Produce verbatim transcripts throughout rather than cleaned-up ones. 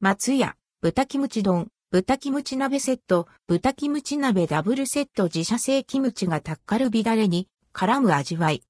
松屋、豚キムチ丼、豚キムチ鍋セット、豚キムチ鍋ダブルセット自社製キムチがタッカルビダレに絡む味わい。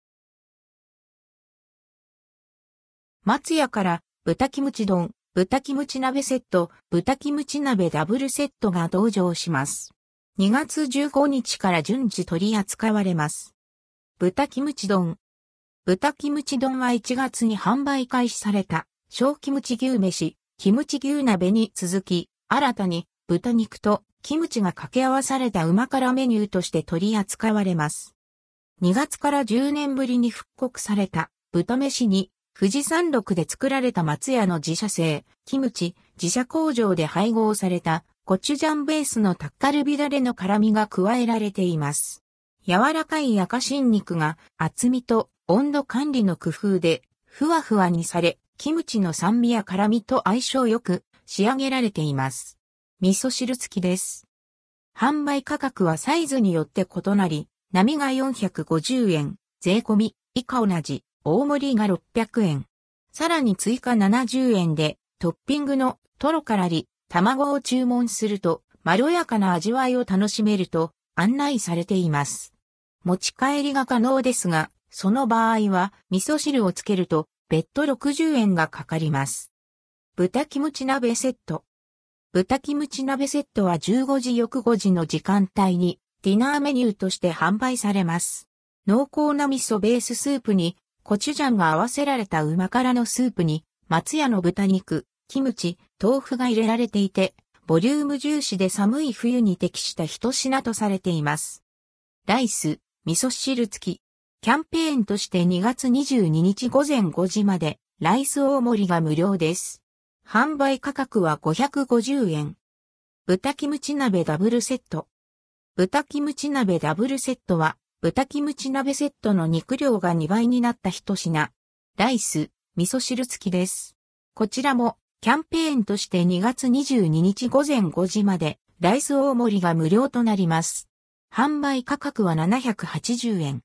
松屋から豚キムチ丼、豚キムチ鍋セット、豚キムチ鍋ダブルセットが登場します。にがつじゅうごにちから順次取り扱われます。豚キムチ丼。豚キムチ丼はいちがつに販売開始された小キムチ牛飯、キムチ牛鍋に続き、新たに豚肉とキムチが掛け合わされた旨辛メニューとして取り扱われます。にがつからじゅうねんぶりに復刻された豚飯に富士山麓で作られた松屋の自社製キムチ自社工場で配合されたコチュジャンベースのタッカルビダレの辛みが加えられています。柔らかい赤新肉が厚みと温度管理の工夫でふわふわにされ、キムチの酸味や辛みと相性よく仕上げられています。味噌汁付きです。販売価格はサイズによって異なり、並がよんひゃくごじゅうえん、税込み、以下同じ、大盛りがろっぴゃくえん。さらに追加ななじゅうえんで、トッピングのトロからり、卵を注文すると、まろやかな味わいを楽しめると案内されています。持ち帰りが可能ですが、その場合は味噌汁をつけると別途ろくじゅうえんがかかります。豚キムチ鍋セット。豚キムチ鍋セットはじゅうごじ翌ごじの時間帯にディナーメニューとして販売されます。濃厚な味噌ベーススープにコチュジャンが合わせられた旨辛のスープに松屋の豚肉、キムチ、豆腐が入れられていて、ボリューム重視で寒い冬に適した一品とされています。ライス、味噌汁付き。キャンペーンとしてにがつにじゅうににちごぜんごじまでライス大盛りが無料です。販売価格はごひゃくごじゅうえん。豚キムチ鍋ダブルセット。豚キムチ鍋ダブルセットは豚キムチ鍋セットの肉量がにばいになった一品。ライス、味噌汁付きです。こちらもキャンペーンとしてにがつにじゅうににちごぜんごじまでライス大盛りが無料となります。販売価格はななひゃくはちじゅうえん。